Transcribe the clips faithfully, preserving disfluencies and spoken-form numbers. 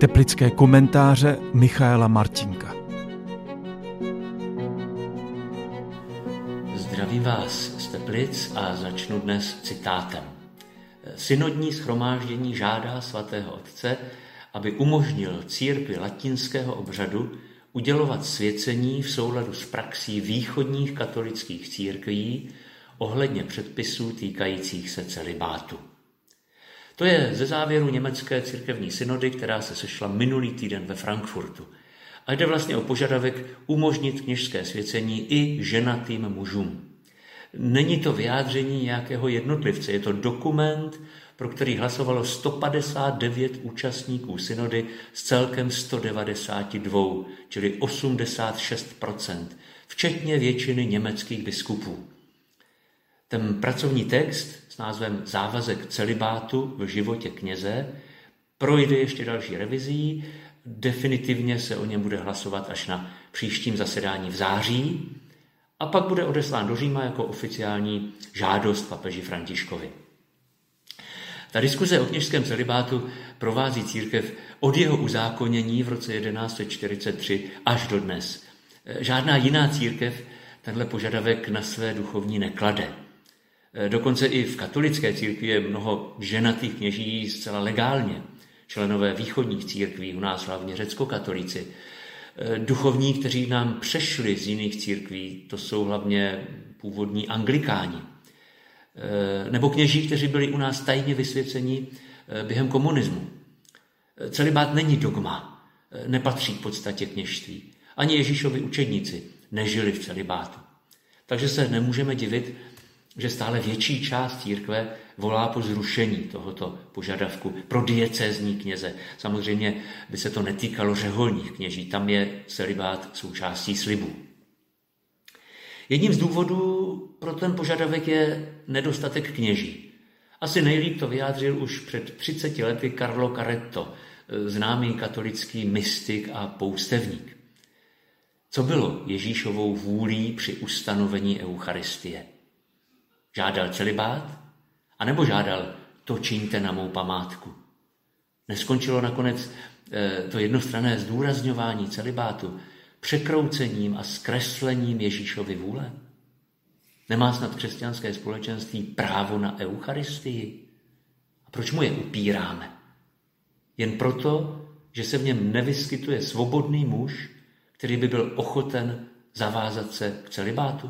Teplické komentáře Michaela Martinka. Zdravím vás z Teplic a začnu dnes citátem. Synodní shromáždění žádá svatého otce, aby umožnil církvi latinského obřadu udělovat svěcení v souladu s praxí východních katolických církví ohledně předpisů týkajících se celibátu. To je ze závěru německé církevní synody, která se sešla minulý týden ve Frankfurtu. A jde vlastně o požadavek umožnit kněžské svěcení i ženatým mužům. Není to vyjádření nějakého jednotlivce, je to dokument, pro který hlasovalo sto padesát devět účastníků synody z celkem sto devadesát dva, čili osmdesát šest procent, včetně většiny německých biskupů. Ten pracovní text s názvem Závazek celibátu v životě kněze projde ještě další revizí, definitivně se o něm bude hlasovat až na příštím zasedání v září a pak bude odeslán do Říma jako oficiální žádost papeži Františkovi. Ta diskuze o kněžském celibátu provází církev od jeho uzákonění v roce jedenáct set čtyřicet tři až do dnes. Žádná jiná církev tenhle požadavek na své duchovní neklade. Dokonce i v katolické církvi je mnoho ženatých kněží zcela legálně. Členové východních církví, u nás hlavně řeckokatolíci. Duchovní, kteří nám přešli z jiných církví, to jsou hlavně původní anglikáni. Nebo kněží, kteří byli u nás tajně vysvěceni během komunismu. Celibát není dogma, nepatří k podstatě kněžství. Ani Ježíšovi učedníci nežili v celibátu. Takže se nemůžeme divit, že stále větší část církve volá po zrušení tohoto požadavku pro diecézní kněze. Samozřejmě by se to netýkalo řeholních kněží, tam je celibát součástí slibů. Jedním z důvodů pro ten požadavek je nedostatek kněží. Asi nejlíp to vyjádřil už před třiceti lety Carlo Caretto, známý katolický mystik a poustevník. Co bylo Ježíšovou vůlí při ustanovení eucharistie? Žádal celibát? A nebo žádal to čiňte na mou památku? Neskončilo nakonec to jednostranné zdůrazňování celibátu překroucením a zkreslením Ježíšovy vůle? Nemá snad křesťanské společenství právo na eucharistii? A proč mu je upíráme? Jen proto, že se v něm nevyskytuje svobodný muž, který by byl ochoten zavázat se k celibátu?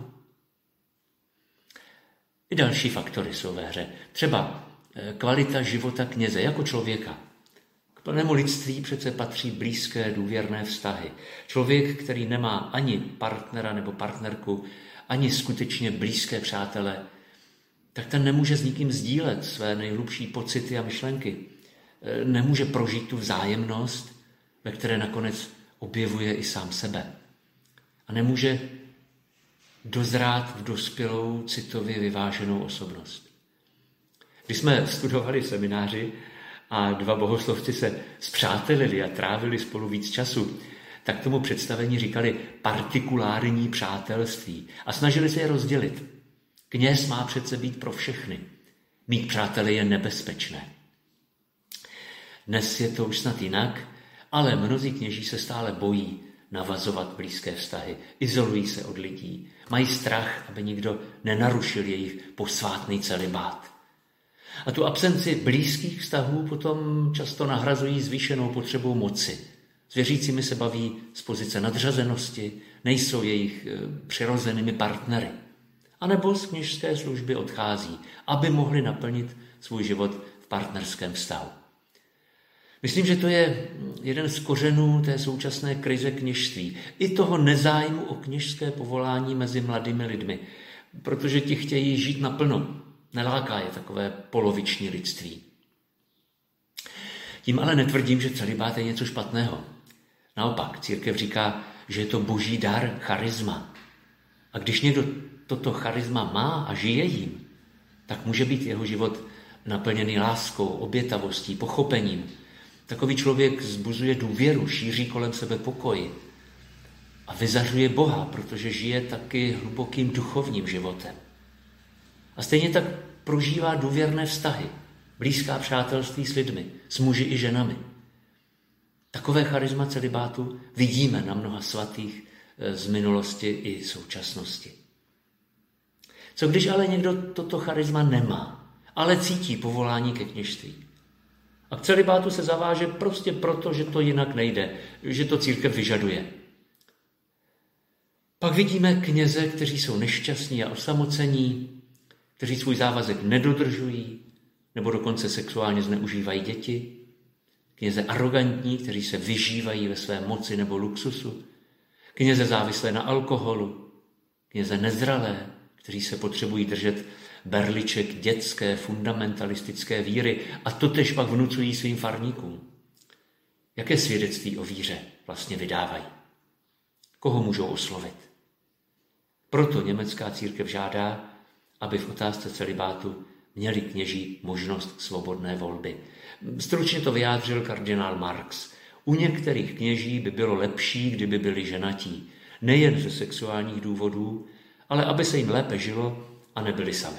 I další faktory jsou ve hře. Třeba kvalita života kněze jako člověka. K plnému lidství přece patří blízké důvěrné vztahy. Člověk, který nemá ani partnera nebo partnerku, ani skutečně blízké přátele, tak ten nemůže s nikým sdílet své nejhlubší pocity a myšlenky. Nemůže prožít tu vzájemnost, ve které nakonec objevuje i sám sebe. A nemůže dozrát v dospělou citově vyváženou osobnost. Když jsme studovali v semináři a dva bohoslovci se spřátelili a trávili spolu víc času, tak tomu představení říkali partikulární přátelství a snažili se je rozdělit. Kněz má přece být pro všechny. Mít přátele je nebezpečné. Dnes je to už snad jinak, ale mnozí kněží se stále bojí navazovat blízké vztahy, izolují se od lidí, mají strach, aby nikdo nenarušil jejich posvátný celibát. A tu absenci blízkých vztahů potom často nahrazují zvýšenou potřebou moci. S věřícími se baví z pozice nadřazenosti, nejsou jejich přirozenými partnery. A nebo z kněžské služby odchází, aby mohli naplnit svůj život v partnerském vztahu. Myslím, že to je jeden z kořenů té současné krize kněžství. I toho nezájmu o kněžské povolání mezi mladými lidmi, protože ti chtějí žít naplno. Neláká je takové poloviční lidství. Tím ale netvrdím, že celibát je něco špatného. Naopak, církev říká, že je to boží dar, charisma. A když někdo toto charisma má a žije jím, tak může být jeho život naplněný láskou, obětavostí, pochopením. Takový člověk vzbuzuje důvěru, šíří kolem sebe pokoj a vyzařuje Boha, protože žije taky hlubokým duchovním životem. A stejně tak prožívá důvěrné vztahy, blízká přátelství s lidmi, s muži i ženami. Takové charisma celibátu vidíme na mnoha svatých z minulosti i současnosti. Co když ale někdo toto charisma nemá, ale cítí povolání ke kněžství? A k celibátu se zaváže prostě proto, že to jinak nejde, že to církev vyžaduje. Pak vidíme kněze, kteří jsou nešťastní a osamocení, kteří svůj závazek nedodržují, nebo dokonce sexuálně zneužívají děti, kněze arrogantní, kteří se vyžívají ve své moci nebo luxusu, kněze závislé na alkoholu, kněze nezralé, kteří se potřebují držet berliček dětské fundamentalistické víry a totež pak vnucují svým farníkům. Jaké svědectví o víře vlastně vydávají? Koho můžou oslovit? Proto německá církev žádá, aby v otázce celibátu měli kněží možnost svobodné volby. Stručně to vyjádřil kardinál Marx. U některých kněží by bylo lepší, kdyby byli ženatí, nejen ze sexuálních důvodů, ale aby se jim lépe žilo a nebyli sami.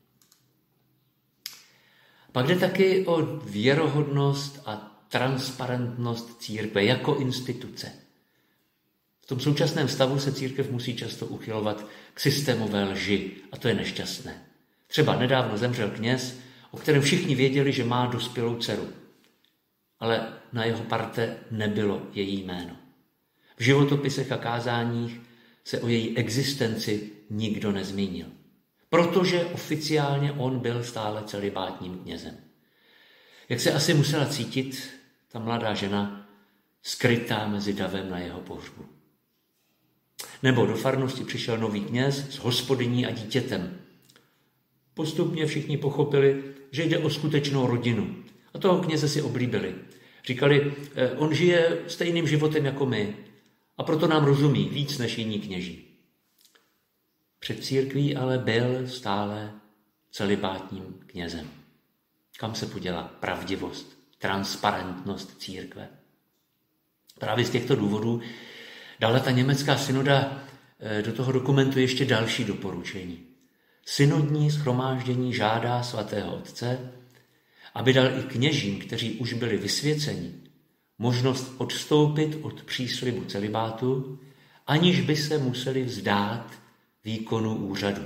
Pak jde taky o věrohodnost a transparentnost církve jako instituce. V tom současném stavu se církev musí často uchylovat k systémové lži a to je nešťastné. Třeba nedávno zemřel kněz, o kterém všichni věděli, že má dospělou dceru, ale na jeho parte nebylo její jméno. V životopisech a kázáních se o její existenci nikdo nezmínil, protože oficiálně on byl stále celibátním knězem. Jak se asi musela cítit ta mladá žena skrytá mezi davem na jeho pohřbu. Nebo do farnosti přišel nový kněz s hospodyní a dítětem. Postupně všichni pochopili, že jde o skutečnou rodinu. A toho kněze si oblíbili. Říkali, on žije stejným životem jako my a proto nám rozumí víc než jiní kněží. Před církví ale byl stále celibátním knězem. Kam se poděla pravdivost, transparentnost církve? Právě z těchto důvodů dala ta německá synoda do toho dokumentu ještě další doporučení. Synodní shromáždění žádá svatého otce, aby dal i kněžím, kteří už byli vysvěceni, možnost odstoupit od příslibu celibátu, aniž by se museli vzdát výkonu úřadu.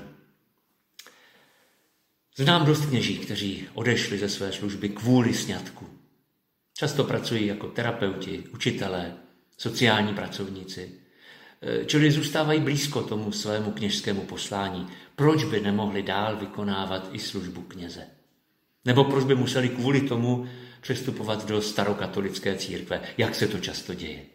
Znám dost kněží, kteří odešli ze své služby kvůli sňatku. Často pracují jako terapeuti, učitelé, sociální pracovníci, čili zůstávají blízko tomu svému kněžskému poslání. Proč by nemohli dál vykonávat i službu kněze? Nebo proč by museli kvůli tomu přestupovat do starokatolické církve, jak se to často děje?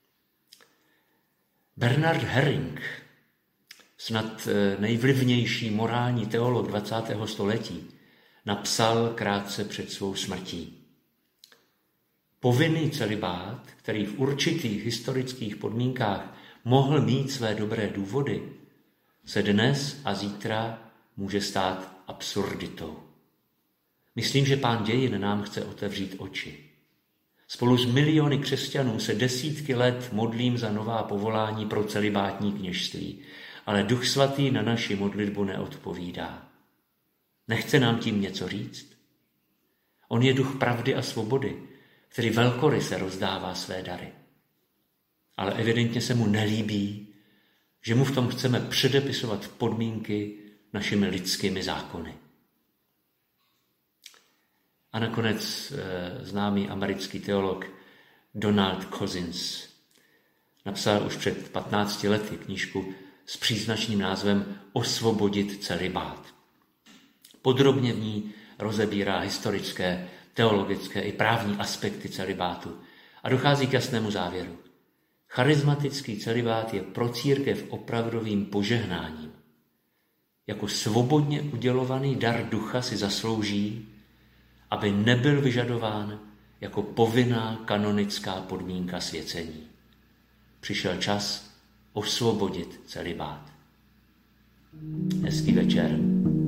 Bernard Häring, snad nejvlivnější morální teolog dvacátého století, napsal krátce před svou smrtí. Povinný celibát, který v určitých historických podmínkách mohl mít své dobré důvody, se dnes a zítra může stát absurditou. Myslím, že Pán dějin nám chce otevřít oči. Spolu s miliony křesťanů se desítky let modlím za nová povolání pro celibátní kněžství, ale Duch Svatý na naši modlitbu neodpovídá. Nechce nám tím něco říct? On je duch pravdy a svobody, který velkoryse rozdává své dary. Ale evidentně se mu nelíbí, že mu v tom chceme předepisovat podmínky našimi lidskými zákony. A nakonec e, známý americký teolog Donald Cozzens napsal už před patnácti lety knížku s příznačným názvem Osvobodit celibát. Podrobně v ní rozebírá historické, teologické i právní aspekty celibátu a dochází k jasnému závěru. Charismatický celibát je pro církev opravdovým požehnáním. Jako svobodně udělovaný dar ducha si zaslouží, aby nebyl vyžadován jako povinná kanonická podmínka svěcení. Přišel čas osvobodit celibát. Hezký večer.